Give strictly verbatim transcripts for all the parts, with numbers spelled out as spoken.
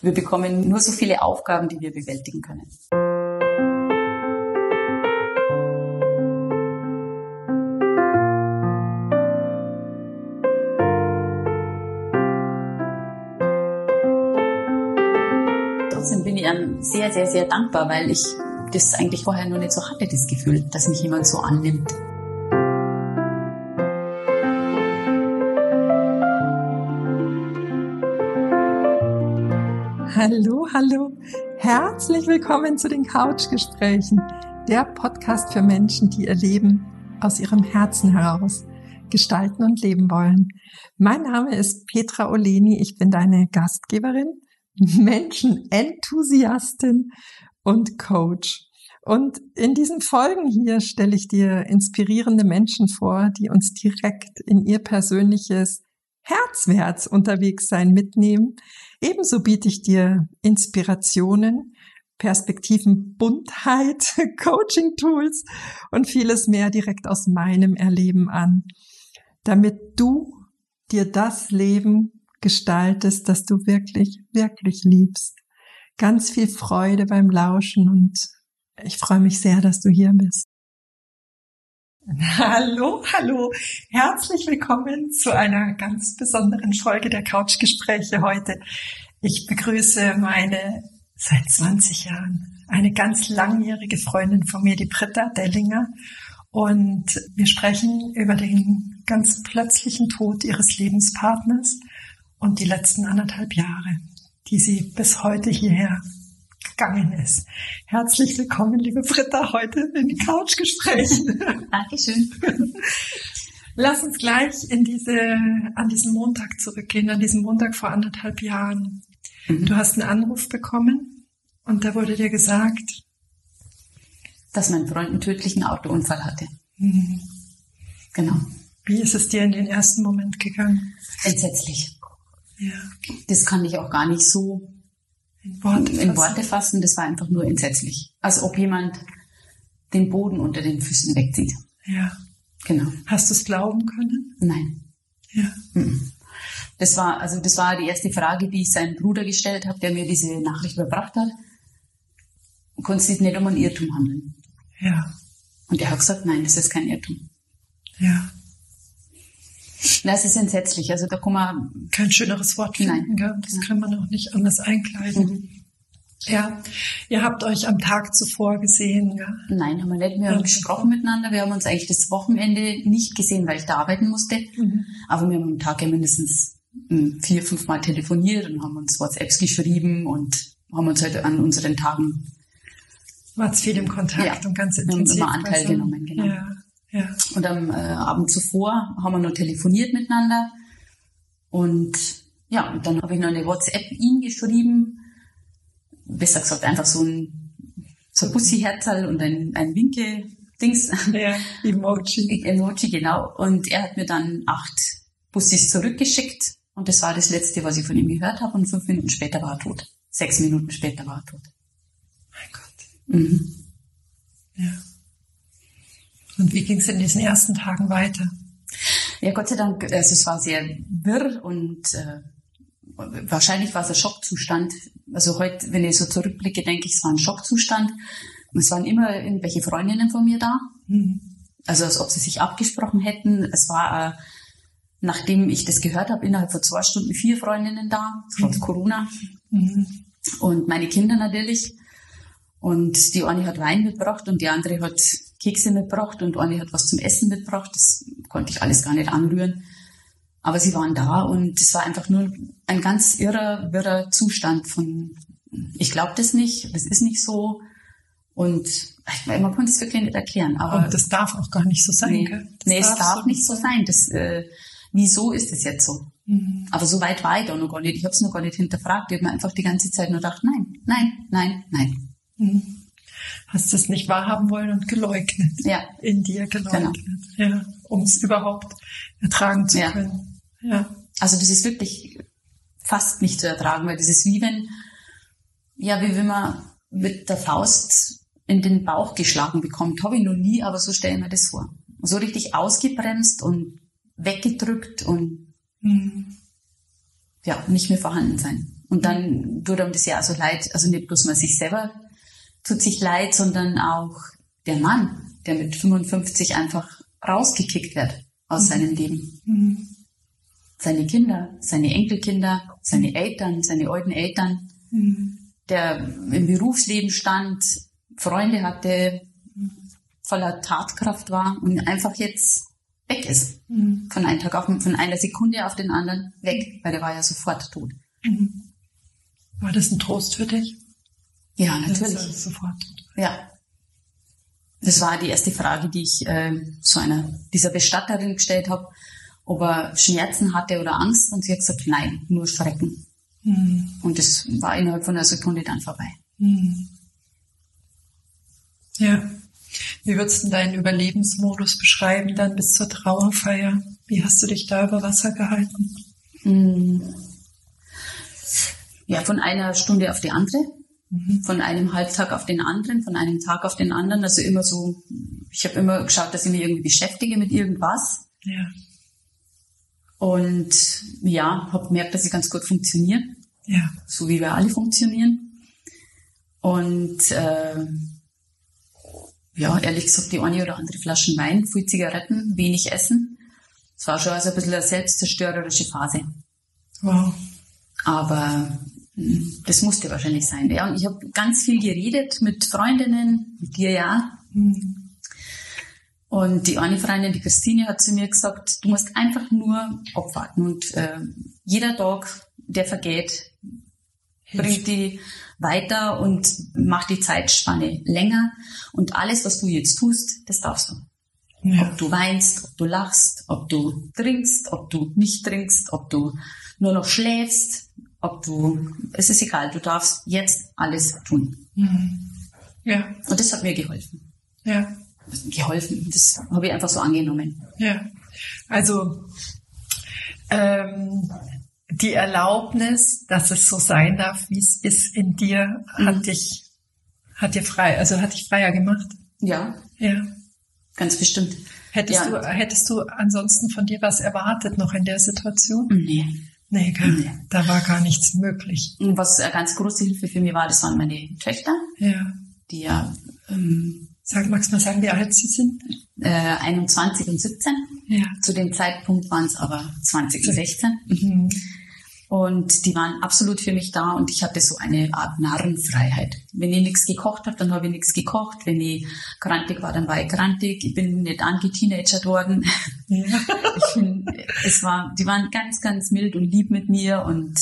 Wir bekommen nur so viele Aufgaben, die wir bewältigen können. Trotzdem bin ich einem sehr, sehr, sehr dankbar, weil ich das eigentlich vorher noch nicht so hatte, das Gefühl, dass mich jemand so annimmt. Hallo, hallo. Herzlich willkommen zu den Couchgesprächen, der Podcast für Menschen, die ihr Leben aus ihrem Herzen heraus gestalten und leben wollen. Mein Name ist Petra Oleni, ich bin deine Gastgeberin, Menschenenthusiastin und Coach. Und in diesen Folgen hier stelle ich dir inspirierende Menschen vor, die uns direkt in ihr persönliches Herzwärts unterwegs sein mitnehmen. Ebenso biete ich dir Inspirationen, Perspektiven, Buntheit, Coaching-Tools und vieles mehr direkt aus meinem Erleben an, damit du dir das Leben gestaltest, das du wirklich, wirklich liebst. Ganz viel Freude beim Lauschen und ich freue mich sehr, dass du hier bist. Hallo, hallo, herzlich willkommen zu einer ganz besonderen Folge der Couchgespräche heute. Ich begrüße meine seit zwanzig Jahren, eine ganz langjährige Freundin von mir, die Britta Dellinger. Und wir sprechen über den ganz plötzlichen Tod ihres Lebenspartners und die letzten anderthalb Jahre, die sie bis heute hierher gegangen ist. Herzlich willkommen, liebe Britta, heute in den Couchgesprächen. Dankeschön. Lass uns gleich in diese, an diesen Montag zurückgehen, an diesen Montag vor anderthalb Jahren. Mhm. Du hast einen Anruf bekommen und da wurde dir gesagt, dass mein Freund einen tödlichen Autounfall hatte. Mhm. Genau. Wie ist es dir in den ersten Moment gegangen? Entsetzlich. Ja. Das kann ich auch gar nicht so in Worte, in Worte fassen. Das war einfach nur entsetzlich. Als ob jemand den Boden unter den Füßen wegzieht. Ja. Genau. Hast du es glauben können? Nein. Ja. Das war, also das war die erste Frage, die ich seinem Bruder gestellt habe, der mir diese Nachricht überbracht hat. Konntest du nicht um ein Irrtum handeln? Ja. Und er hat gesagt, nein, das ist kein Irrtum. Ja. Na, es ist entsetzlich. Also da kann man kein schöneres Wort finden. Gell? Das Nein. kann man auch nicht anders einkleiden. Mhm. Ja, ihr habt euch am Tag zuvor gesehen. Gell? Nein, haben wir nicht. Wir haben gesprochen miteinander. Wir haben uns eigentlich das Wochenende nicht gesehen, weil ich da arbeiten musste. Mhm. Aber wir haben am Tag ja mindestens vier, fünf Mal telefoniert und haben uns WhatsApps geschrieben und haben uns halt an unseren Tagen... Wart viel im Kontakt ja. und ganz intensiv. Wir haben immer Anteil genommen, genau. Ja. Ja. Und am äh, Abend zuvor haben wir noch telefoniert miteinander und ja, und dann habe ich noch eine WhatsApp ihm geschrieben, besser gesagt einfach so ein, so ein Bussi-Herzl und ein, ein Winke-Dings. Ja, Emoji. Emoji, genau. Und er hat mir dann acht Bussis zurückgeschickt und das war das Letzte, was ich von ihm gehört habe und fünf Minuten später war er tot. Sechs Minuten später war er tot. Mein Gott. Mhm. Ja. Und wie ging es in diesen ersten Tagen weiter? Ja, Gott sei Dank, also es war sehr wirr und äh, wahrscheinlich war es ein Schockzustand. Also heute, wenn ich so zurückblicke, denke ich, es war ein Schockzustand. Es waren immer irgendwelche Freundinnen von mir da. Mhm. Also als ob sie sich abgesprochen hätten. Es war, äh, nachdem ich das gehört habe, innerhalb von zwei Stunden vier Freundinnen da, trotz mhm. Corona. Mhm. Und meine Kinder natürlich. Und die eine hat Wein mitgebracht und die andere hat Kekse mitgebracht und eine hat was zum Essen mitgebracht. Das konnte ich alles gar nicht anrühren. Aber sie waren da und es war einfach nur ein ganz irrer, wirrer Zustand von, ich glaube das nicht, das ist nicht so. Und man konnte es wirklich nicht erklären. Aber und das darf auch gar nicht so sein, nee, gell? Nee, es darf so nicht so sein. Das, äh, wieso ist es jetzt so? Mhm. Aber so weit war ich da noch gar nicht. Ich habe es noch gar nicht hinterfragt. Ich habe mir einfach die ganze Zeit nur gedacht, nein, nein, nein, nein. Mhm. Hast es nicht wahrhaben wollen und geleugnet. Ja. In dir geleugnet. Genau. Ja. Um es überhaupt ertragen zu ja. können. Ja. Also das ist wirklich fast nicht zu ertragen, weil das ist wie wenn, ja, wie wenn man mit der Faust in den Bauch geschlagen bekommt. Habe ich noch nie, aber so stelle ich mir das vor. So richtig ausgebremst und weggedrückt und mhm. ja, nicht mehr vorhanden sein. Und dann tut einem das ja auch so leid, also nicht bloß man sich selber tut sich leid, sondern auch der Mann, der mit fünfundfünfzig einfach rausgekickt wird aus mhm. seinem Leben. Mhm. Seine Kinder, seine Enkelkinder, seine Eltern, seine alten Eltern, mhm. der im Berufsleben stand, Freunde hatte, voller Tatkraft war und einfach jetzt weg ist. Mhm. Von einem Tag auf, von einer Sekunde auf den anderen weg, weil der war ja sofort tot. Mhm. War das ein Trost für dich? Ja, natürlich. Das ist sofort tot. Ja. Das war die erste Frage, die ich äh, so einer dieser Bestatterin gestellt habe, ob er Schmerzen hatte oder Angst. Und sie hat gesagt, nein, nur Schrecken. Mhm. Und das war innerhalb von einer Sekunde dann vorbei. Mhm. Ja. Wie würdest du deinen Überlebensmodus beschreiben dann bis zur Trauerfeier? Wie hast du dich da über Wasser gehalten? Mhm. Ja, von einer Stunde auf die andere. Mhm. Von einem Halbtag auf den anderen, von einem Tag auf den anderen. Also immer so, ich habe immer geschaut, dass ich mich irgendwie beschäftige mit irgendwas. Ja. Und ja, habe gemerkt, dass ich ganz gut funktioniere. Ja. So wie wir alle funktionieren. Und äh, ja, ehrlich gesagt, die eine oder andere Flaschen Wein, viel Zigaretten, wenig Essen. Es war schon also ein bisschen eine selbstzerstörerische Phase. Wow. Aber das musste wahrscheinlich sein. Ja, und ich habe ganz viel geredet mit Freundinnen, mit dir ja. Mhm. Und die eine Freundin, die Christine, hat zu mir gesagt, du musst einfach nur abwarten. Und äh, jeder Tag, der vergeht, Hilf. bringt die weiter und macht die Zeitspanne länger. Und alles, was du jetzt tust, das darfst du. Ja. Ob du weinst, ob du lachst, ob du trinkst, ob du nicht trinkst, ob du nur noch schläfst, ob du, es ist egal, du darfst jetzt alles tun. Mhm. Ja. Und das hat mir geholfen. Ja. Geholfen, das habe ich einfach so angenommen. Ja, also ähm, die Erlaubnis, dass es so sein darf, wie es ist in dir, mhm. hat dich, hat dir frei, also hat dich freier gemacht. Ja. Ja. Ganz bestimmt. Hättest ja. du, hättest du ansonsten von dir was erwartet noch in der Situation? Nee. Nee, gar nee. Da war gar nichts möglich. Und was eine ganz große Hilfe für mich war, das waren meine Töchter. Ja. Die ja, ähm, Sag, magst du mal sagen, wie alt sie sind? Äh, einundzwanzig und siebzehn. Ja. Zu dem Zeitpunkt waren es aber zwanzig und sechzehn. Mhm. Und die waren absolut für mich da und ich hatte so eine Art Narrenfreiheit. Wenn ich nichts gekocht habe, dann habe ich nichts gekocht. Wenn ich krantig war, dann war ich krantig. Ich bin nicht angeteenagert worden. Ja. Ich bin, es war, die waren ganz, ganz mild und lieb mit mir und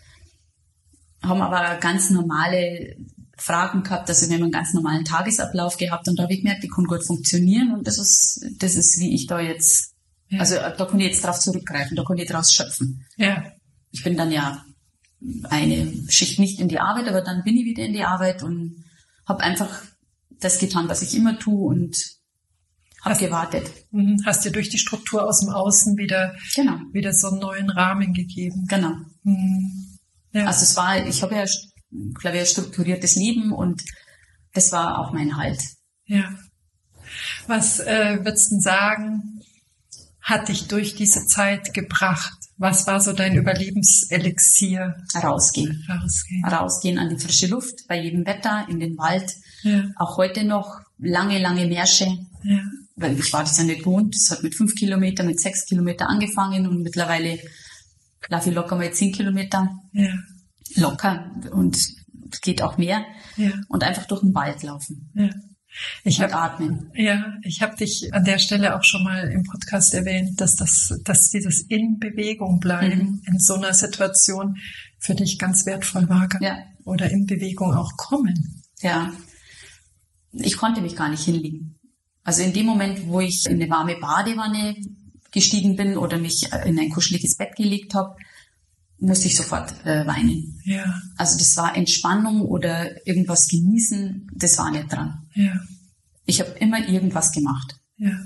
haben aber ganz normale Fragen gehabt, also wir haben einen ganz normalen Tagesablauf gehabt und da habe ich gemerkt, ich kann gut funktionieren und das ist, das ist wie ich da jetzt, ja. also da kann ich jetzt drauf zurückgreifen, da kann ich draus schöpfen. Ja. Ich bin dann ja eine Schicht nicht in die Arbeit, aber dann bin ich wieder in die Arbeit und habe einfach das getan, was ich immer tue und habe gewartet. Hast dir durch die Struktur aus dem Außen wieder, genau. wieder so einen neuen Rahmen gegeben. Genau. Mhm. Ja. Also es war, ich habe ja glaube ich, ein strukturiertes Leben und das war auch mein Halt. Ja. Was äh, würdest du sagen, hat dich durch diese Zeit gebracht? Was war so dein Überlebenselixier? Rausgehen. Rausgehen. Rausgehen an die frische Luft, bei jedem Wetter, in den Wald. Ja. Auch heute noch lange, lange Märsche. Ja. Weil ich war das ja nicht gewohnt. Es hat mit fünf Kilometer, mit sechs Kilometer angefangen und mittlerweile laufe ich locker mal zehn Kilometer. Ja. Locker und geht auch mehr. Ja. Und einfach durch den Wald laufen. Ja. Ich habe atmen. Ja, ich habe dich an der Stelle auch schon mal im Podcast erwähnt, dass das, dass dieses in Bewegung bleiben mhm. in so einer Situation für dich ganz wertvoll war. Ja. Oder in Bewegung auch kommen. Ja. Ich konnte mich gar nicht hinlegen. Also in dem Moment, wo ich in eine warme Badewanne gestiegen bin oder mich in ein kuscheliges Bett gelegt habe, musste ich sofort äh, weinen. Ja. Also das war Entspannung oder irgendwas genießen, das war nicht dran. Ja. Ich habe immer irgendwas gemacht. Ja.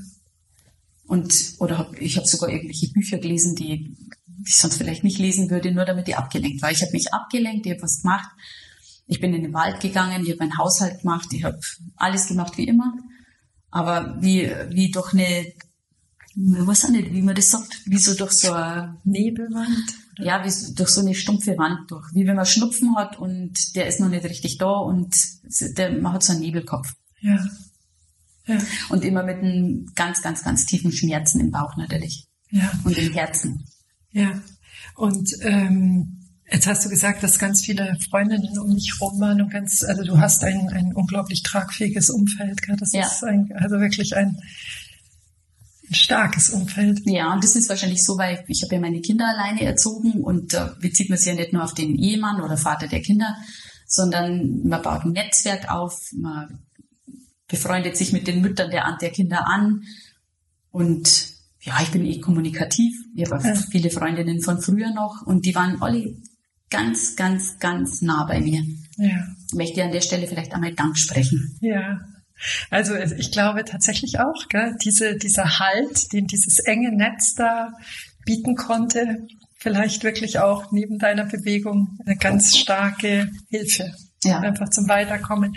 Und oder hab, ich habe sogar irgendwelche Bücher gelesen, die, die ich sonst vielleicht nicht lesen würde, nur damit ich abgelenkt war. Ich habe mich abgelenkt, ich habe was gemacht. Ich bin in den Wald gegangen, ich habe meinen Haushalt gemacht, ich habe alles gemacht wie immer. Aber wie wie durch eine, ich weiß auch nicht, wie man das sagt, wie so durch so eine Nebelwand ja, wie durch so eine stumpfe Wand durch. Wie wenn man Schnupfen hat und der ist noch nicht richtig da und der, man hat so einen Nebelkopf. Ja. Ja. Und immer mit einem ganz, ganz, ganz tiefen Schmerzen im Bauch natürlich. Ja. Und im Herzen. Ja. Und ähm, jetzt hast du gesagt, dass ganz viele Freundinnen um dich rum waren und ganz, also du hast ein, ein unglaublich tragfähiges Umfeld, gell? Das ja. ist ein, also wirklich ein, ein starkes Umfeld. Ja, und das ist wahrscheinlich so, weil ich habe ja meine Kinder alleine erzogen und da äh, bezieht man sich ja nicht nur auf den Ehemann oder Vater der Kinder, sondern man baut ein Netzwerk auf, man befreundet sich mit den Müttern der, der Kinder an und ja, ich bin eh kommunikativ. Ich habe ja. viele Freundinnen von früher noch und die waren alle ganz, ganz, ganz nah bei mir. Ja. Ich möchte an der Stelle vielleicht einmal Dank sprechen. Ja, also ich glaube tatsächlich auch, gell, diese, dieser Halt, den dieses enge Netz da bieten konnte, vielleicht wirklich auch neben deiner Bewegung eine ganz starke Hilfe. Ja. Einfach zum Weiterkommen.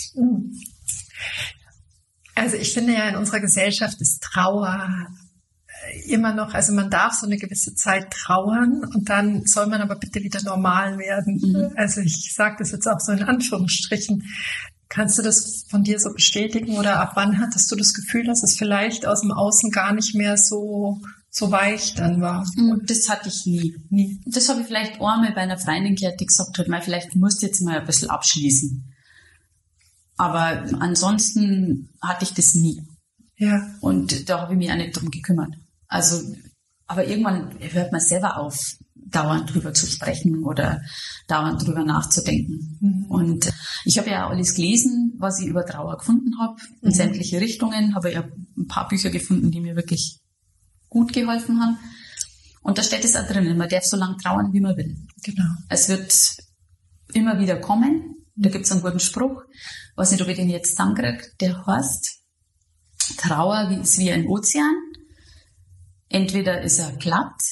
Also ich finde ja, in unserer Gesellschaft ist Trauer immer noch, also man darf so eine gewisse Zeit trauern und dann soll man aber bitte wieder normal werden. Mhm. Also ich sage das jetzt auch so in Anführungsstrichen. Kannst du das von dir so bestätigen oder ab wann hattest du das Gefühl, dass es vielleicht aus dem Außen gar nicht mehr so so weich dann war? Und das hatte ich nie. nie. Das habe ich vielleicht einmal bei einer Freundin gehört, die gesagt hat, mal, vielleicht musst du jetzt mal ein bisschen abschließen. Aber ansonsten hatte ich das nie. Ja. Und da habe ich mich auch nicht drum gekümmert. Also, aber irgendwann hört man selber auf, dauernd drüber zu sprechen oder dauernd drüber nachzudenken. Mhm. Und ich habe ja alles gelesen, was ich über Trauer gefunden habe, in mhm. sämtliche Richtungen. Habe ja ein paar Bücher gefunden, die mir wirklich gut geholfen haben. Und da steht es auch drinnen, man darf so lange trauern, wie man will. Genau. Es wird immer wieder kommen. Da gibt es einen guten Spruch, weiß nicht, ob ich den jetzt zusammenkriege, der heißt, Trauer ist wie ein Ozean. Entweder ist er glatt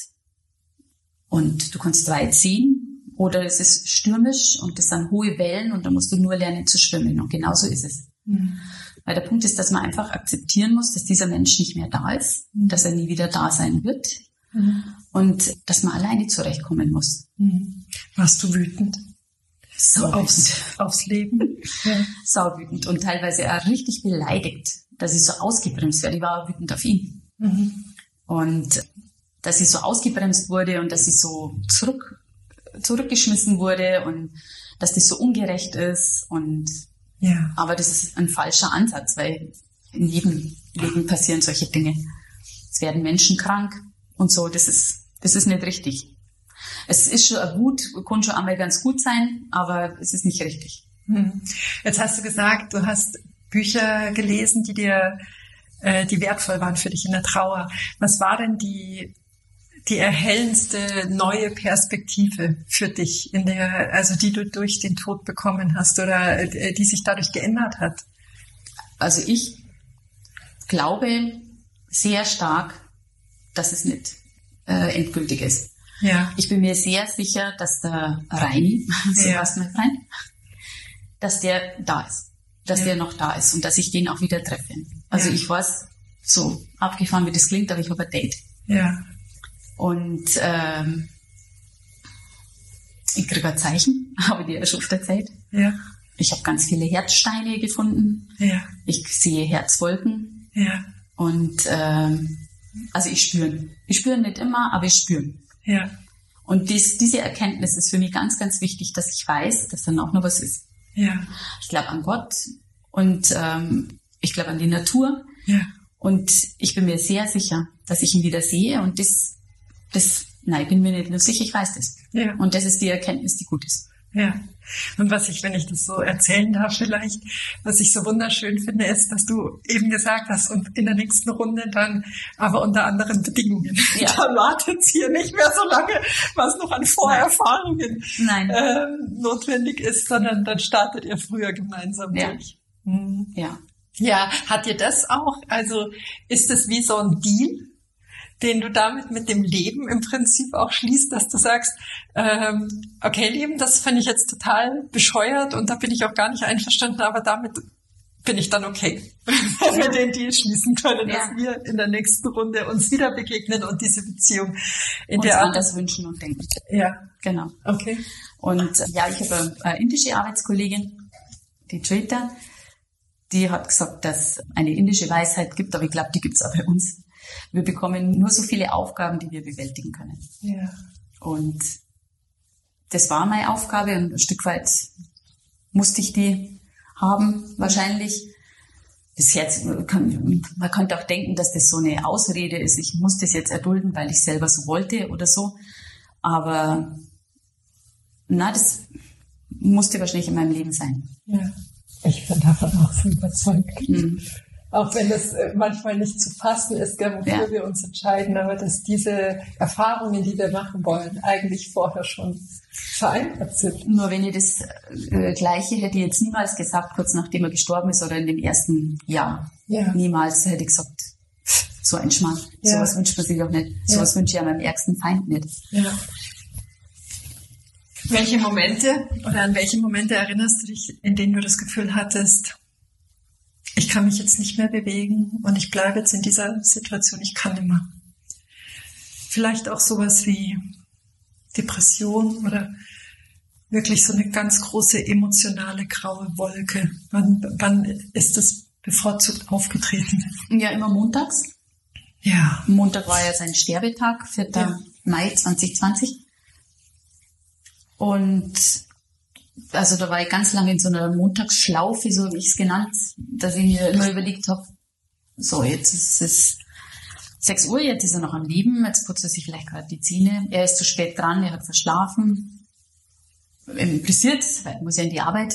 und du kannst weit sehen, oder es ist stürmisch und es sind hohe Wellen und da musst du nur lernen zu schwimmen. Und genau so ist es. Mhm. Weil der Punkt ist, dass man einfach akzeptieren muss, dass dieser Mensch nicht mehr da ist, mhm. dass er nie wieder da sein wird mhm. und dass man alleine zurechtkommen muss. Mhm. Warst du wütend? So aufs, aufs Leben? Ja. Sauwütend und teilweise auch richtig beleidigt, dass ich so ausgebremst werde. Ich war auch wütend auf ihn. Mhm. Und dass ich so ausgebremst wurde und dass ich so zurück, zurückgeschmissen wurde und dass das so ungerecht ist. Und ja. Aber das ist ein falscher Ansatz, weil in jedem Leben passieren solche Dinge. Es werden Menschen krank und so. Das ist, das ist nicht richtig. Es ist schon gut, kann schon einmal ganz gut sein, aber es ist nicht richtig. Hm. Jetzt hast du gesagt, du hast Bücher gelesen, die dir, äh, die wertvoll waren für dich in der Trauer. Was war denn die, die erhellendste neue Perspektive für dich in der, also die du durch den Tod bekommen hast oder äh, die sich dadurch geändert hat? Also ich glaube sehr stark, dass es nicht äh, endgültig ist. Ja. Ich bin mir sehr sicher, dass der Reini, so ja. heißt mein Freund, dass der da ist, dass ja. der noch da ist und dass ich den auch wieder treffe. Also ja. ich weiß, so abgefahren wie das klingt, aber ich habe ein Date. Ja. Und ähm, ich kriege ein Zeichen, habe ich dir ja schon auf der Zeit. Ja. Ich habe ganz viele Herzsteine gefunden. Ja. Ich sehe Herzwolken. Ja. Und ähm, also ich spüre. Ich spüre nicht immer, aber ich spüre. Ja. Und dies, diese Erkenntnis ist für mich ganz, ganz wichtig, dass ich weiß, dass dann auch noch was ist. Ja. Ich glaube an Gott und ähm, ich glaube an die Natur. Ja. Und ich bin mir sehr sicher, dass ich ihn wieder sehe. Und das, das, nein, ich bin mir nicht nur sicher, ich weiß das. Ja. Und das ist die Erkenntnis, die gut ist. Ja. Und was ich, wenn ich das so erzählen darf vielleicht, was ich so wunderschön finde, ist, dass du eben gesagt hast, und in der nächsten Runde dann, aber unter anderen Bedingungen. Ja. Dann wartet es hier nicht mehr so lange, was noch an Vorerfahrungen Nein. Ähm, notwendig ist, sondern dann startet ihr früher gemeinsam ja. durch. Mhm. Ja. Ja, hat dir das auch, also ist das wie so ein Deal, den du damit mit dem Leben im Prinzip auch schließt, dass du sagst, ähm, okay, Leben, das fand ich jetzt total bescheuert und da bin ich auch gar nicht einverstanden, aber damit bin ich dann okay, wenn wir den Deal schließen können, ja. dass wir in der nächsten Runde uns wieder begegnen und diese Beziehung in uns der Art anders wünschen und denken. Ja, genau. Okay. Und ja, ich habe eine indische Arbeitskollegin, die Trita, die hat gesagt, dass es eine indische Weisheit gibt, aber ich glaube, die gibt es auch bei uns. Wir bekommen nur so viele Aufgaben, die wir bewältigen können. Ja. Und das war meine Aufgabe und ein Stück weit musste ich die haben, wahrscheinlich. Das Herz, man könnte auch denken, dass das so eine Ausrede ist. Ich muss das jetzt erdulden, weil ich selber so wollte oder so. Aber na, das musste wahrscheinlich in meinem Leben sein. Ja, ich bin davon auch so überzeugt. Mhm. Auch wenn das manchmal nicht zu fassen ist, wofür ja. wir uns entscheiden, aber dass diese Erfahrungen, die wir machen wollen, eigentlich vorher schon vereinbart sind. Nur wenn ich das äh, Gleiche hätte ich jetzt niemals gesagt, kurz nachdem er gestorben ist oder in dem ersten Jahr. Ja. Niemals hätte ich gesagt, so ein Schmarrn, ja. sowas wünscht man sich auch nicht. Ja. Sowas wünsche ich ja meinem ärgsten Feind nicht. Ja. Welche Momente oder an welche Momente erinnerst du dich, in denen du das Gefühl hattest, ich kann mich jetzt nicht mehr bewegen und ich bleibe jetzt in dieser Situation, ich kann nicht mehr. Vielleicht auch sowas wie Depression oder wirklich so eine ganz große emotionale graue Wolke. Wann, wann ist das bevorzugt aufgetreten? Ja, immer montags. Ja. Montag war ja sein Sterbetag, vierter Ja. Mai zwanzig zwanzig. Und also da war ich ganz lange in so einer Montagsschlaufe, so wie ich es genannt, dass ich mir immer überlegt habe, so jetzt ist es sechs Uhr, jetzt ist er noch am Leben, jetzt putzt er sich vielleicht gerade die Zähne, er ist zu spät dran, er hat verschlafen, interessiert, weil er muss ja in die Arbeit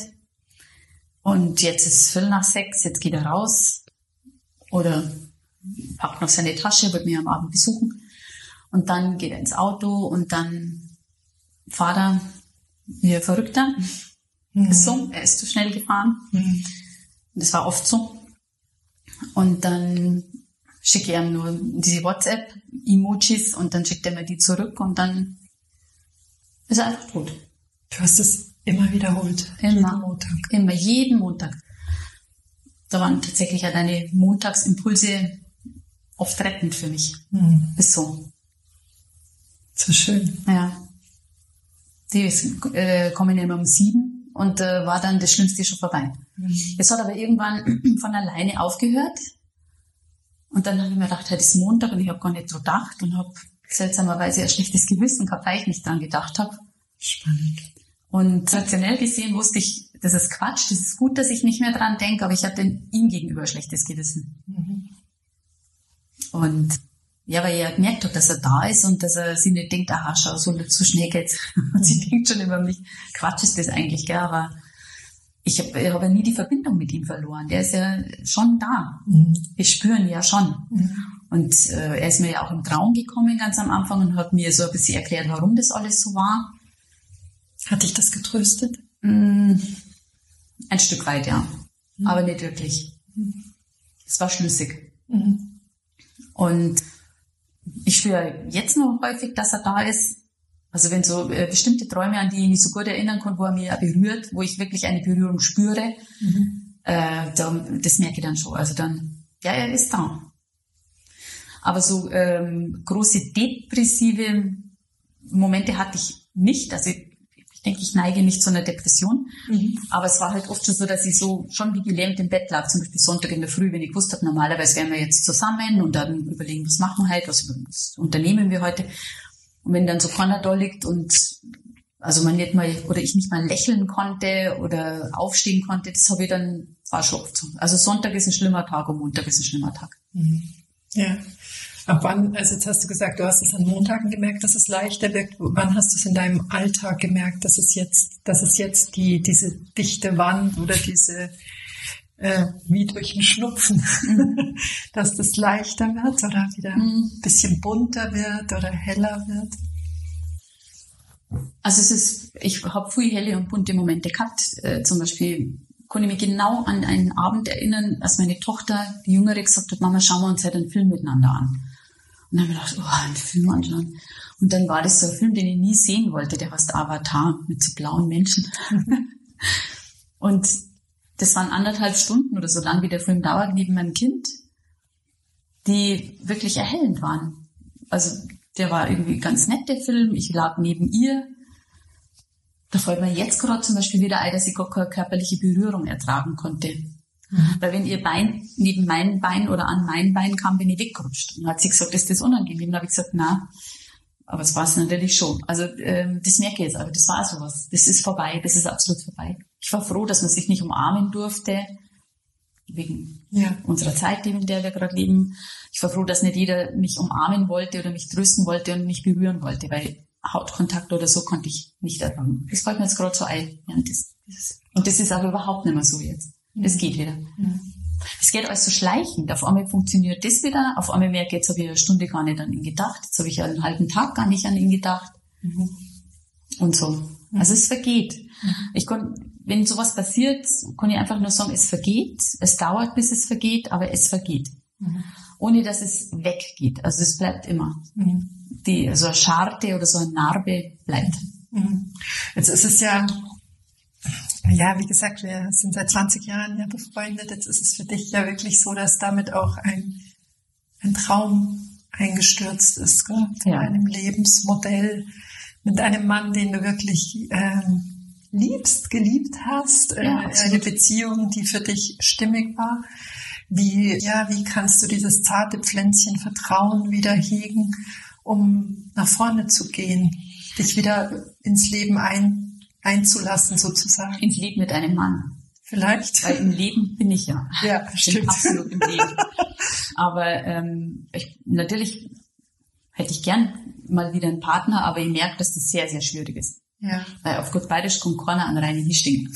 und jetzt ist es Viertel nach sechs, jetzt geht er raus oder packt noch seine Tasche, wird mir am Abend besuchen und dann geht er ins Auto und dann fahrt er wie ein Verrückter. Mhm. Ist so, er ist zu schnell gefahren. Mhm. Und das war oft so. Und dann schicke ich ihm nur diese WhatsApp-Emojis und dann schickt er mir die zurück und dann ist er einfach tot. Du hast es immer wiederholt. Immer. Jeden Montag. Immer, jeden Montag. Da waren tatsächlich ja deine Montagsimpulse oft rettend für mich. Mhm. Ist so. So schön. Ja. Die ist, äh, kommen immer um sieben und äh, war dann das Schlimmste schon vorbei. Mhm. Es hat aber irgendwann von alleine aufgehört und dann habe ich mir gedacht, heute ist Montag und ich habe gar nicht so gedacht und habe seltsamerweise ein schlechtes Gewissen gehabt, weil ich nicht dran gedacht habe. Spannend. Und rationell gesehen wusste ich, das ist Quatsch, das ist gut, dass ich nicht mehr dran denke, aber ich hatte ihm gegenüber ein schlechtes Gewissen. Mhm. Und ja, weil ich ja gemerkt habe, dass er da ist und dass er sich nicht denkt, aha, schau, so, so schnell geht's. Und sie denkt schon über mich, Quatsch ist das eigentlich, gell, aber ich habe ich hab ja nie die Verbindung mit ihm verloren. Der ist ja schon da. Mhm. Wir spüren ja schon. Mhm. Und äh, er ist mir ja auch im Traum gekommen ganz am Anfang und hat mir so ein bisschen erklärt, warum das alles so war. Hat dich das getröstet? Mm, ein Stück weit, ja. Mhm. Aber nicht wirklich. Mhm. Es war schlüssig. Mhm. Und ich spüre jetzt noch häufig, dass er da ist. Also wenn so äh, bestimmte Träume, an die ich mich so gut erinnern kann, wo er mich berührt, wo ich wirklich eine Berührung spüre, mhm. äh, da, das merke ich dann schon. Also dann, ja, er ist da. Aber so ähm, große depressive Momente hatte ich nicht. Also ich, ich denke, ich neige nicht zu einer Depression. Mhm. Aber es war halt oft schon so, dass ich so schon wie gelähmt im Bett lag. Zum Beispiel Sonntag in der Früh, wenn ich gewusst habe, normalerweise wären wir jetzt zusammen und dann überlegen, was machen wir heute, was, was unternehmen wir heute. Und wenn dann so keiner da liegt und also man nicht mal oder ich nicht mal lächeln konnte oder aufstehen konnte, das habe ich dann, war schon oft so. Also Sonntag ist ein schlimmer Tag und Montag ist ein schlimmer Tag. Mhm. Ja. Ab wann, also jetzt hast du gesagt, du hast es an Montagen gemerkt, dass es leichter wirkt. Wann hast du es in deinem Alltag gemerkt, dass es jetzt, dass es jetzt die, diese dichte Wand oder diese, äh, wie durch einen Schnupfen, mhm. dass das leichter wird oder wieder mhm. ein bisschen bunter wird oder heller wird? Also es ist, ich habe viele helle und bunte Momente gehabt. Äh, zum Beispiel kann ich mich genau an einen Abend erinnern, als meine Tochter, die Jüngere, gesagt hat, Mama, schauen wir uns heute einen Film miteinander an. Und dann habe ich gedacht, oh, einen Film anschauen. Und dann war das so ein Film, den ich nie sehen wollte, der heißt Avatar, mit so blauen Menschen. Und das waren anderthalb Stunden oder so lang, wie der Film dauert, neben meinem Kind, die wirklich erhellend waren. Also der war irgendwie ganz nett, der Film. Ich lag neben ihr. Da fällt mir jetzt gerade zum Beispiel wieder ein, dass ich gar keine körperliche Berührung ertragen konnte. Mhm. Weil wenn ihr Bein neben mein Bein oder an mein Bein kam, bin ich weggerutscht. Und dann hat sie gesagt, ist das unangenehm? Dann habe ich gesagt, na, aber es war es natürlich schon. Also ähm, das merke ich jetzt, aber das war sowas. Das ist vorbei, das ist absolut vorbei. Ich war froh, dass man sich nicht umarmen durfte, wegen ja. unserer Zeit, in der wir gerade leben. Ich war froh, dass nicht jeder mich umarmen wollte oder mich trösten wollte und mich berühren wollte, weil Hautkontakt oder so konnte ich nicht ertragen. Das fällt mir jetzt gerade so ein. Ja, das, das, und das ist aber überhaupt nicht mehr so jetzt. Das geht wieder. Es geht alles so schleichend. Auf einmal funktioniert das wieder. Auf einmal merke ich, jetzt habe ich eine Stunde gar nicht an ihn gedacht. Jetzt habe ich einen halben Tag gar nicht an ihn gedacht. Mhm. Und so. Also es vergeht. Mhm. Ich kann, wenn sowas passiert, kann ich einfach nur sagen, es vergeht. Es dauert, bis es vergeht, aber es vergeht. Mhm. Ohne, dass es weggeht. Also es bleibt immer. Mhm. Die, so eine Scharte oder so eine Narbe bleibt. Mhm. Jetzt ist es ja, ja, wie gesagt, wir sind seit zwanzig Jahren ja befreundet. Jetzt ist es für dich ja wirklich so, dass damit auch ein, ein Traum eingestürzt ist, gell? Von ja. einem Lebensmodell mit einem Mann, den du wirklich ähm, liebst, geliebt hast, äh, ja, eine Beziehung, die für dich stimmig war. Wie, ja, wie kannst du dieses zarte Pflänzchen Vertrauen wieder hegen, um nach vorne zu gehen, dich wieder ins Leben ein einzulassen sozusagen. Ins Leben mit einem Mann. Vielleicht. Weil im Leben bin ich ja. Ja, ich stimmt. Bin absolut im Leben. Aber ähm, ich, natürlich hätte ich gern mal wieder einen Partner, aber ich merke, dass das sehr, sehr schwierig ist. Ja. Weil auf gut Bayerisch kommt keiner an reine Histing.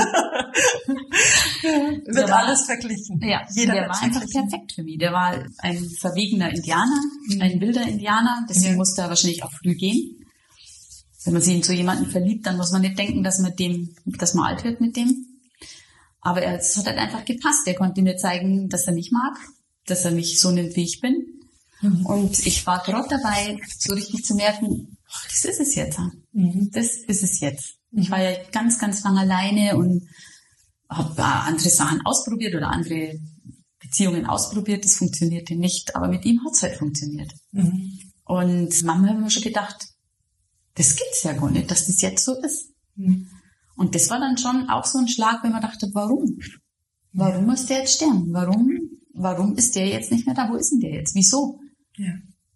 Wird war, alles verglichen. Ja, Jeder der war einfach perfekt für mich. Der war ein verwegener Indianer, mhm. ein wilder Indianer, deswegen ja. musste er wahrscheinlich auch früh gehen. Wenn man sich in so jemanden verliebt, dann muss man nicht denken, dass man dem, dass man alt wird mit dem. Aber er, es hat halt einfach gepasst. Er konnte mir zeigen, dass er mich mag, dass er mich so nimmt, wie ich bin. Mhm. Und ich war gerade dabei, so richtig zu merken, ach, das ist es jetzt. Mhm. Das ist es jetzt. Mhm. Ich war ja ganz, ganz lange alleine und habe andere Sachen ausprobiert oder andere Beziehungen ausprobiert. Das funktionierte nicht, aber mit ihm hat es halt funktioniert. Mhm. Und manchmal haben wir schon gedacht, das gibt's ja gar nicht, dass das jetzt so ist. Mhm. Und das war dann schon auch so ein Schlag, wenn man dachte, warum? Warum muss der jetzt sterben? Warum, warum ist der jetzt nicht mehr da? Wo ist denn der jetzt? Wieso? Ja.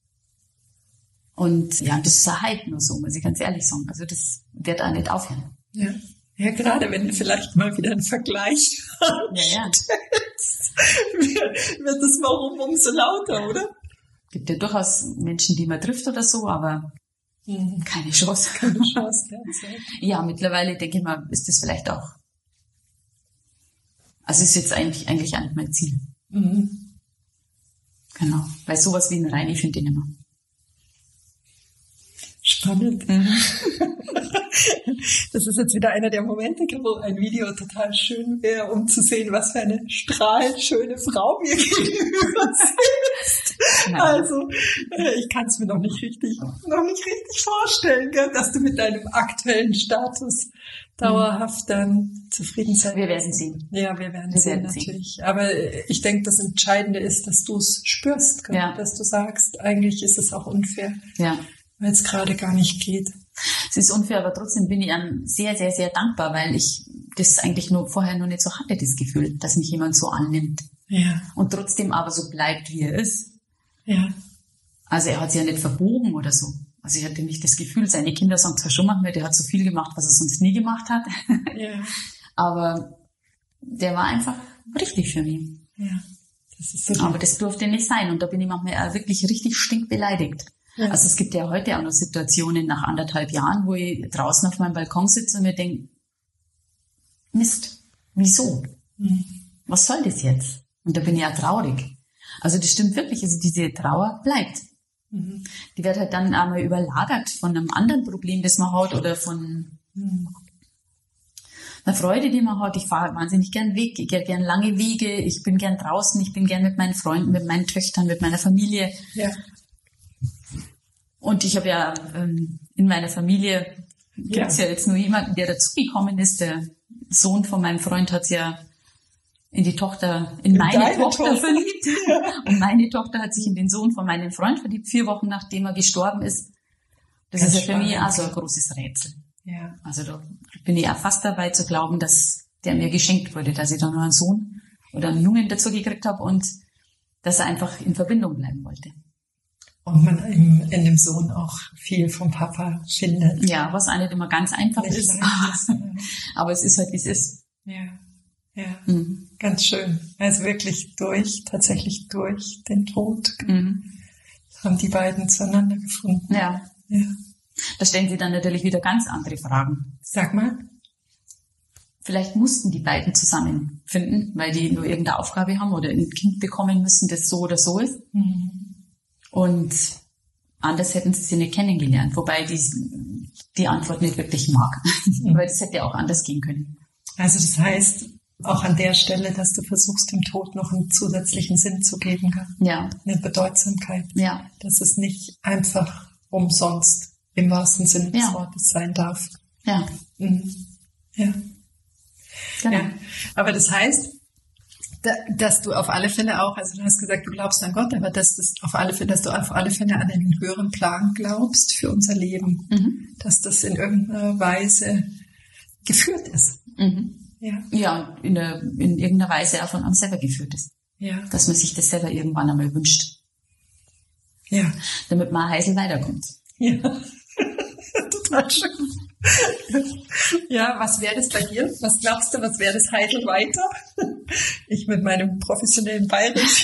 Und ja, das ist ja halt nur so, muss ich ganz ehrlich sagen. Also das wird auch nicht aufhören. Ja. Ja, gerade wenn du vielleicht mal wieder einen Vergleich ja, ja. wird das Warum umso lauter, oder? Gibt ja durchaus Menschen, die man trifft oder so, aber mhm. keine Chance. Keine Chance. Ja, mittlerweile denke ich mal, ist das vielleicht auch, also ist jetzt eigentlich, eigentlich auch nicht mein Ziel. Mhm. Genau, weil sowas wie ein Reini finde ich nicht mehr. Spannend. Das ist jetzt wieder einer der Momente, wo ein Video total schön wäre, um zu sehen, was für eine strahlend schöne Frau mir gegenüber sitzt. Ja. Also, ich kann es mir noch nicht richtig, noch nicht richtig vorstellen, gell, dass du mit deinem aktuellen Status dauerhaft dann zufrieden sein Wir werden sehen. Ja, wir werden wir sehen, werden natürlich. Sehen. Aber ich denke, das Entscheidende ist, dass du es spürst, gell? Ja. Dass du sagst, eigentlich ist es auch unfair. Ja. Weil es gerade gar nicht geht. Es ist unfair, aber trotzdem bin ich einem sehr, sehr, sehr dankbar, weil ich das eigentlich nur vorher noch nicht so hatte, das Gefühl, dass mich jemand so annimmt. Ja. Und trotzdem aber so bleibt, wie er ist. Ja. Also er hat sich ja nicht verbogen oder so. Also ich hatte nicht das Gefühl, seine Kinder sagen zwar schon manchmal, der hat so viel gemacht, was er sonst nie gemacht hat. Ja. Aber der war einfach richtig für mich. Ja. Das ist so. Aber das durfte nicht sein. Und da bin ich manchmal wirklich richtig stinkbeleidigt. Ja. Also es gibt ja heute auch noch Situationen nach anderthalb Jahren, wo ich draußen auf meinem Balkon sitze und mir denke, Mist, wieso? Mhm. Was soll das jetzt? Und da bin ich ja traurig. Also das stimmt wirklich, also diese Trauer bleibt. Mhm. Die wird halt dann einmal überlagert von einem anderen Problem, das man hat, oder von mhm. einer Freude, die man hat. Ich fahre wahnsinnig gern Weg, ich gehe gern lange Wege, ich bin gern draußen, ich bin gern mit meinen Freunden, mit meinen Töchtern, mit meiner Familie. Ja. Und ich habe ja ähm, in meiner Familie, gibt es ja. ja jetzt nur jemanden, der dazugekommen ist. Der Sohn von meinem Freund hat ja in die Tochter, in, in meine Tochter, Tochter verliebt. Und meine Tochter hat sich in den Sohn von meinem Freund verliebt, vier Wochen nachdem er gestorben ist. Das Ganz ist ja für mich auch so ein großes Rätsel. Ja. Also da bin ich auch fast dabei zu glauben, dass der mir geschenkt wurde, dass ich da noch einen Sohn oder einen Jungen dazu gekriegt habe und dass er einfach in Verbindung bleiben wollte. Und man in, in dem Sohn auch viel vom Papa findet. Ja, was auch nicht immer ganz einfach nicht ist. ist. Aber es ist halt, wie es ist. Ja, ja, mhm. Ganz schön. Also wirklich durch, tatsächlich durch den Tod mhm. haben die beiden zueinander gefunden. Ja. ja. Da stellen sie dann natürlich wieder ganz andere Fragen. Sag mal. Vielleicht mussten die beiden zusammenfinden, weil die nur irgendeine Aufgabe haben oder ein Kind bekommen müssen, das so oder so ist. Mhm. Und anders hätten sie sie nicht kennengelernt, wobei die, die Antwort nicht wirklich mag, mhm. weil das hätte auch anders gehen können. Also das heißt, auch an der Stelle, dass du versuchst, dem Tod noch einen zusätzlichen Sinn zu geben, ja. eine Bedeutsamkeit, ja. dass es nicht einfach umsonst im wahrsten Sinne des ja. Wortes sein darf. Ja. Mhm. Ja. Genau. Ja. Aber das heißt, dass du auf alle Fälle auch, also du hast gesagt, du glaubst an Gott, aber dass das auf alle Fälle, dass du auf alle Fälle an einen höheren Plan glaubst für unser Leben, mhm. dass das in irgendeiner Weise geführt ist. Mhm. Ja, ja in, der, in irgendeiner Weise auch von einem selber geführt ist. Ja. Dass man sich das selber irgendwann einmal wünscht. Ja. Damit man Heisel weiterkommt. Ja, total schön. Ja, was wäre das bei dir? Was glaubst du, was wäre das Heidel weiter? Ich mit meinem professionellen Bayerisch.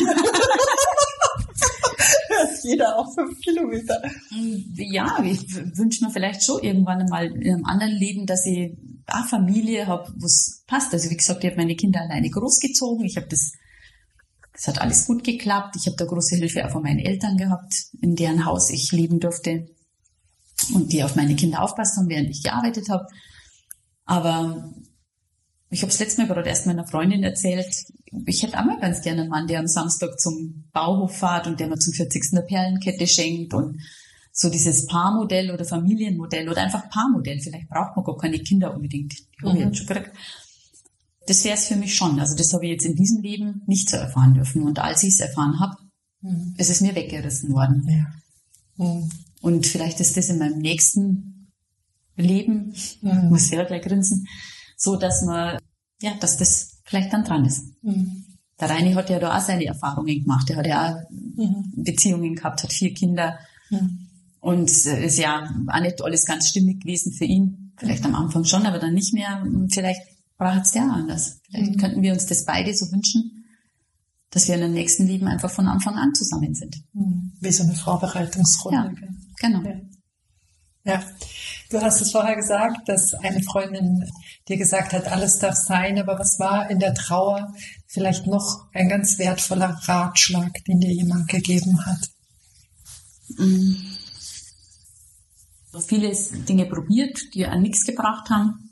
Jeder auch fünf Kilometer. Ja, ich wünsche mir vielleicht schon irgendwann einmal in einem anderen Leben, dass ich eine Familie habe, wo es passt. Also wie gesagt, ich habe meine Kinder alleine großgezogen. Ich habe das, das hat alles gut geklappt. Ich habe da große Hilfe auch von meinen Eltern gehabt, in deren Haus ich leben durfte. Und die auf meine Kinder aufpasst haben, während ich gearbeitet habe. Aber ich habe es letztes Mal gerade erst meiner Freundin erzählt, ich hätte auch mal ganz gerne einen Mann, der am Samstag zum Bauhof fährt und der mir zum vierzigsten eine Perlenkette schenkt und so dieses Paarmodell oder Familienmodell oder einfach Paarmodell. Vielleicht braucht man gar keine Kinder unbedingt. Die habe ich jetzt schon gekriegt. Das wäre es für mich schon. Also das habe ich jetzt in diesem Leben nicht so erfahren dürfen. Und als ich es erfahren habe, mhm. ist es mir weggerissen worden. Ja. Mhm. Und vielleicht ist das in meinem nächsten Leben, mhm. muss selber gleich grinsen, so dass man, ja, dass das vielleicht dann dran ist. Mhm. Der Reini hat ja da auch seine Erfahrungen gemacht. Er hat ja auch mhm. Beziehungen gehabt, hat vier Kinder. Mhm. Und ist ja auch nicht alles ganz stimmig gewesen für ihn. Vielleicht am Anfang schon, aber dann nicht mehr. Vielleicht braucht es ja anders. Vielleicht mhm. könnten wir uns das beide so wünschen, dass wir in dem nächsten Leben einfach von Anfang an zusammen sind. Wie so eine Vorbereitungsrunde. Ja, genau. Ja. ja, du hast es vorher gesagt, dass eine Freundin dir gesagt hat, alles darf sein, aber was war in der Trauer vielleicht noch ein ganz wertvoller Ratschlag, den dir jemand gegeben hat? Mhm. Viele Dinge probiert, die an nichts gebracht haben.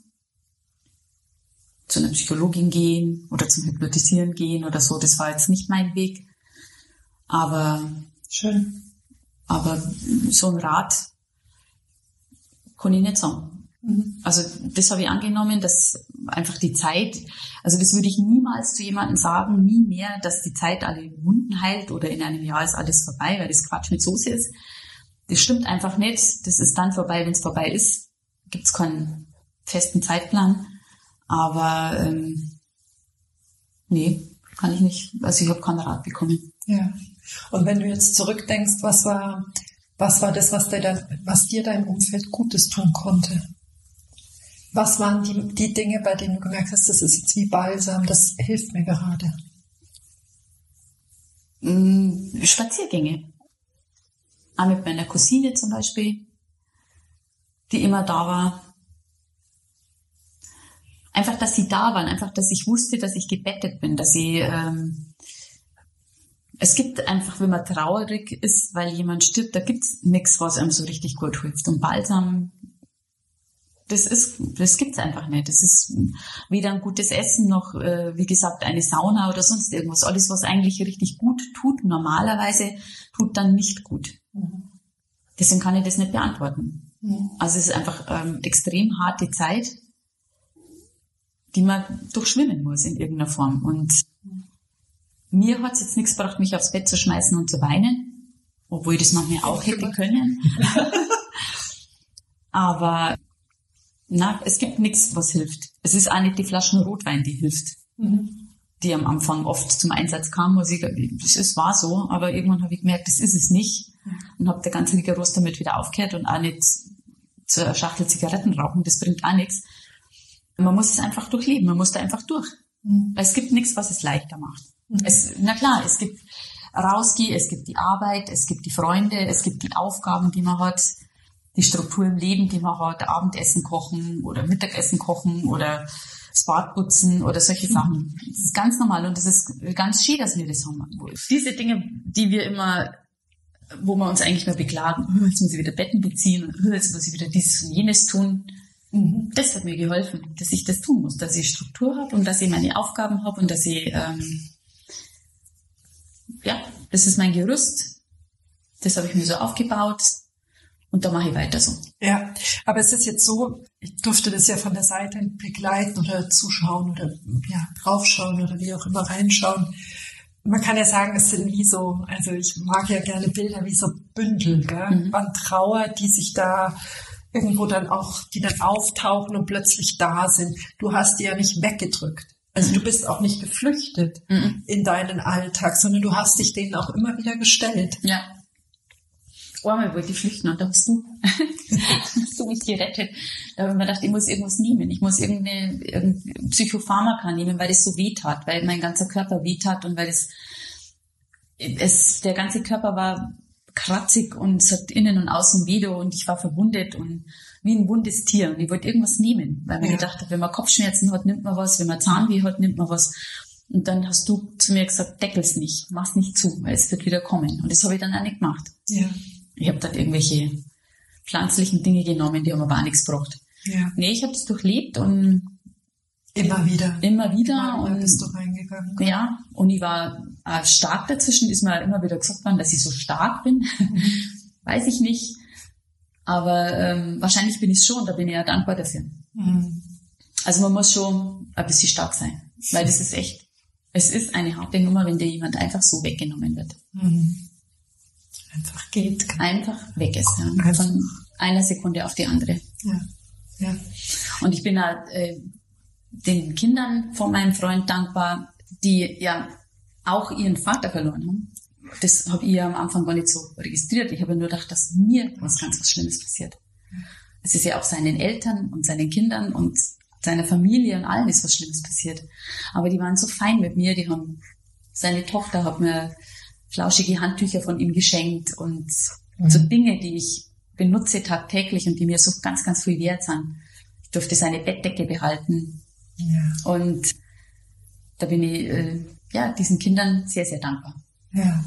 Zu einer Psychologin gehen oder zum Hypnotisieren gehen oder so, das war jetzt nicht mein Weg. Aber schön. Aber so ein Rat kann ich nicht sagen. Mhm. Also das habe ich angenommen, dass einfach die Zeit, also das würde ich niemals zu jemandem sagen, nie mehr, dass die Zeit alle Wunden heilt oder in einem Jahr ist alles vorbei, weil das Quatsch mit Soße ist. Das stimmt einfach nicht. Das ist dann vorbei, wenn es vorbei ist. Gibt es keinen festen Zeitplan. Aber ähm, nee, kann ich nicht. Also ich habe keinen Rat bekommen. Ja. Und wenn du jetzt zurückdenkst, was war, was war das, was dir dein, was dir dein Umfeld Gutes tun konnte? Was waren die, die Dinge, bei denen du gemerkt hast, das ist jetzt wie Balsam, das hilft mir gerade? Mm, Spaziergänge. Auch mit meiner Cousine zum Beispiel, die immer da war. Einfach, dass sie da waren, einfach, dass ich wusste, dass ich gebettet bin, dass ich, ähm, es gibt einfach, wenn man traurig ist, weil jemand stirbt, da gibt's nichts, was einem so richtig gut hilft. Und Balsam, das ist, das gibt's einfach nicht. Das ist weder ein gutes Essen noch, äh, wie gesagt, eine Sauna oder sonst irgendwas. Alles, was eigentlich richtig gut tut, normalerweise, tut dann nicht gut. Mhm. Deswegen kann ich das nicht beantworten. Mhm. Also es ist einfach ähm, extrem harte Zeit, die man durchschwimmen muss in irgendeiner Form. Und mir hat es jetzt nichts gebracht, mich aufs Bett zu schmeißen und zu weinen, obwohl ich das manchmal auch hätte können. Aber na, es gibt nichts, was hilft. Es ist auch nicht die Flaschen Rotwein, die hilft, mhm. die am Anfang oft zum Einsatz kam. Muss ich, das ist, war so, aber irgendwann habe ich gemerkt, das ist es nicht. Und habe der ganze Rigoros damit wieder aufgehört und auch nicht zur Schachtel Zigaretten rauchen. Das bringt auch nichts. Man muss es einfach durchleben, man muss da einfach durch. Mhm. Es gibt nichts, was es leichter macht. Mhm. Es, na klar, es gibt rausgehen, es gibt die Arbeit, es gibt die Freunde, es gibt die Aufgaben, die man hat, die Struktur im Leben, die man hat, Abendessen kochen oder Mittagessen kochen oder das Bad putzen oder solche Sachen. Das ist ganz normal und das ist ganz schön, dass wir das haben. Diese Dinge, die wir immer, wo wir uns eigentlich mal beklagen, jetzt muss ich wieder Betten beziehen, jetzt muss ich wieder dieses und jenes tun, das hat mir geholfen, dass ich das tun muss, dass ich Struktur habe und dass ich meine Aufgaben habe und dass ich, ähm, ja, das ist mein Gerüst, das habe ich mir so aufgebaut. Und da mache ich weiter so. Ja, aber es ist jetzt so, ich durfte das ja von der Seite begleiten oder zuschauen oder ja, draufschauen oder wie auch immer reinschauen. Man kann ja sagen, es sind wie so, also ich mag ja gerne Bilder wie so Bündel, gell? Mhm. An Trauer, die sich da irgendwo dann auch, die dann auftauchen und plötzlich da sind. Du hast die ja nicht weggedrückt. Also mhm. du bist auch nicht geflüchtet mhm. in deinen Alltag, sondern du hast dich denen auch immer wieder gestellt. Ja. Einmal wollte ich flüchten und da hast du, hast du mich gerettet. Da habe ich mir gedacht, ich muss irgendwas nehmen. Ich muss irgendeine, irgendeine Psychopharmaka nehmen, weil das so weh tat, weil mein ganzer Körper weh tat und weil es, es, der ganze Körper war kratzig und es hat innen und außen weh und ich war verwundet und wie ein wundes Tier. Und ich wollte irgendwas nehmen, weil mir ja. gedacht habe, wenn man Kopfschmerzen hat, nimmt man was, wenn man Zahnweh hat, nimmt man was. Und dann hast du zu mir gesagt, deckel's nicht, mach's nicht zu, weil es wird wieder kommen. Und das habe ich dann auch nicht gemacht. Ja. Ich habe dann irgendwelche pflanzlichen Dinge genommen, die haben aber auch nichts gebracht. Ja. Nee, ich habe das durchlebt und immer wieder. Immer wieder. Immer und bist du reingegangen. Ja, und ich war äh, stark dazwischen, ist mir immer wieder gesagt worden, dass ich so stark bin. Mhm. Weiß ich nicht. Aber ähm, wahrscheinlich bin ich schon, da bin ich ja dankbar dafür. Mhm. Also man muss schon ein bisschen stark sein, weil das ist echt, es ist eine harte Nummer, wenn dir jemand einfach so weggenommen wird. Mhm. Einfach geht. Einfach weg ist. Ja. Von einer Sekunde auf die andere. Ja. Ja. Und ich bin halt, äh, den Kindern von meinem Freund dankbar, die ja auch ihren Vater verloren haben. Das habe ich ja am Anfang gar nicht so registriert. Ich habe nur gedacht, dass mir was ganz was Schlimmes passiert. Es ist ja auch seinen Eltern und seinen Kindern und seiner Familie und allen ist was Schlimmes passiert. Aber die waren so fein mit mir. Die haben, seine Tochter hat mir flauschige Handtücher von ihm geschenkt und mhm. so Dinge, die ich benutze tagtäglich und die mir so ganz, ganz viel wert sind. Ich durfte seine Bettdecke behalten. Ja. Und da bin ich äh, ja, diesen Kindern sehr, sehr dankbar. Ja.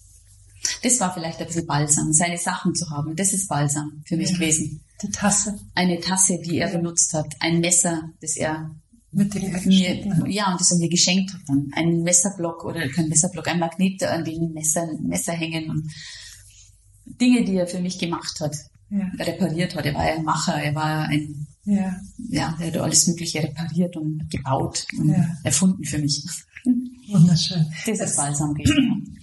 Das war vielleicht ein bisschen Balsam, seine Sachen zu haben. Das ist Balsam für mich ja. gewesen. Die Tasse. Eine Tasse, die er ja. benutzt hat. Ein Messer, das er mit dem mir, ja, und das er mir geschenkt hat dann. Ein Messerblock oder kein Messerblock, ein Magnet, an dem Messer, Messer hängen und Dinge, die er für mich gemacht hat, ja. repariert hat. Er war ja ein Macher, er war ein, ja, ja er hat alles Mögliche repariert und gebaut und ja. erfunden für mich. Wunderschön. Das ist Balsam gewesen.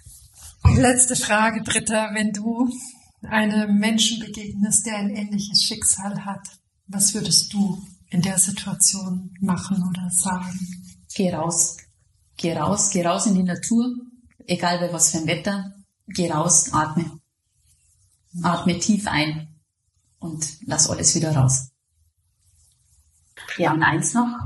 Letzte Frage, Britta, wenn du einem Menschen begegnest, der ein ähnliches Schicksal hat, was würdest du in der Situation machen oder sagen? Geh raus. Geh raus, geh raus in die Natur, egal bei was für ein Wetter. Geh raus, atme. Atme tief ein und lass alles wieder raus. Ja, und eins noch.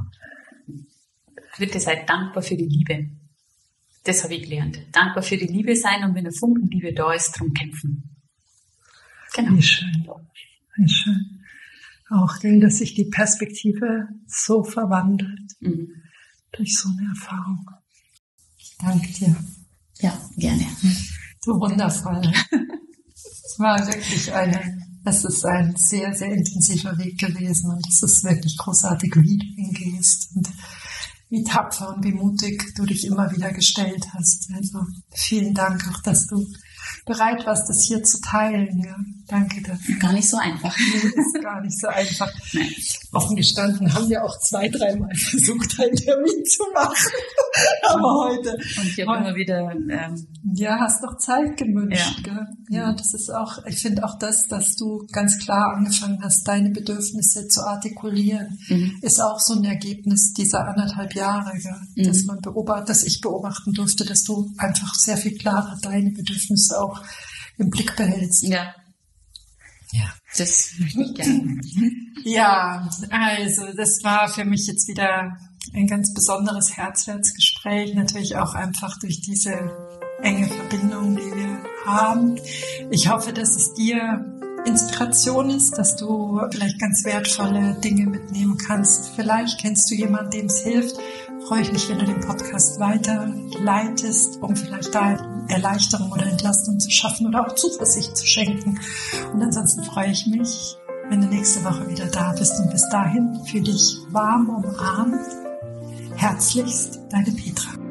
Bitte seid dankbar für die Liebe. Das habe ich gelernt. Dankbar für die Liebe sein und wenn ein Funken Liebe da ist, drum kämpfen. Genau. Wie schön. Wie schön. Auch, dass sich die Perspektive so verwandelt mhm. durch so eine Erfahrung. Ich danke dir. Ja, gerne. So wundervoll. Es war wirklich eine, es ist ein sehr, sehr intensiver Weg gewesen und es ist wirklich großartig, wie du hingehst und wie tapfer und wie mutig du dich immer wieder gestellt hast. Also vielen Dank auch, dass du bereit warst, das hier zu teilen. Ja. Danke dafür. Gar nicht so einfach. Das ist gar nicht so einfach. Nein. Offen gestanden haben wir auch zwei, dreimal versucht, einen Termin zu machen. Aber heute. Und ich habe immer wieder... Ähm, ja, hast noch Zeit gewünscht. Ja. Gell? Ja, das ist auch, ich finde auch das, dass du ganz klar angefangen hast, deine Bedürfnisse zu artikulieren, mhm. ist auch so ein Ergebnis dieser anderthalb Jahre, gell? Mhm. Dass man beobachtet, dass ich beobachten durfte, dass du einfach sehr viel klarer deine Bedürfnisse auch im Blick behältst. Ja. Ja. Das möchte ich gerne. Ja, also das war für mich jetzt wieder ein ganz besonderes Herzwertsgespräch, natürlich auch einfach durch diese enge Verbindung, die wir haben. Ich hoffe, dass es dir Inspiration ist, dass du vielleicht ganz wertvolle Dinge mitnehmen kannst. Vielleicht kennst du jemanden, dem es hilft. Freue ich mich, wenn du den Podcast weiterleitest, um vielleicht da Erleichterung oder Entlastung zu schaffen oder auch Zuversicht zu schenken. Und ansonsten freue ich mich, wenn du nächste Woche wieder da bist. Und bis dahin fühle dich warm umarmt. Herzlichst, deine Petra.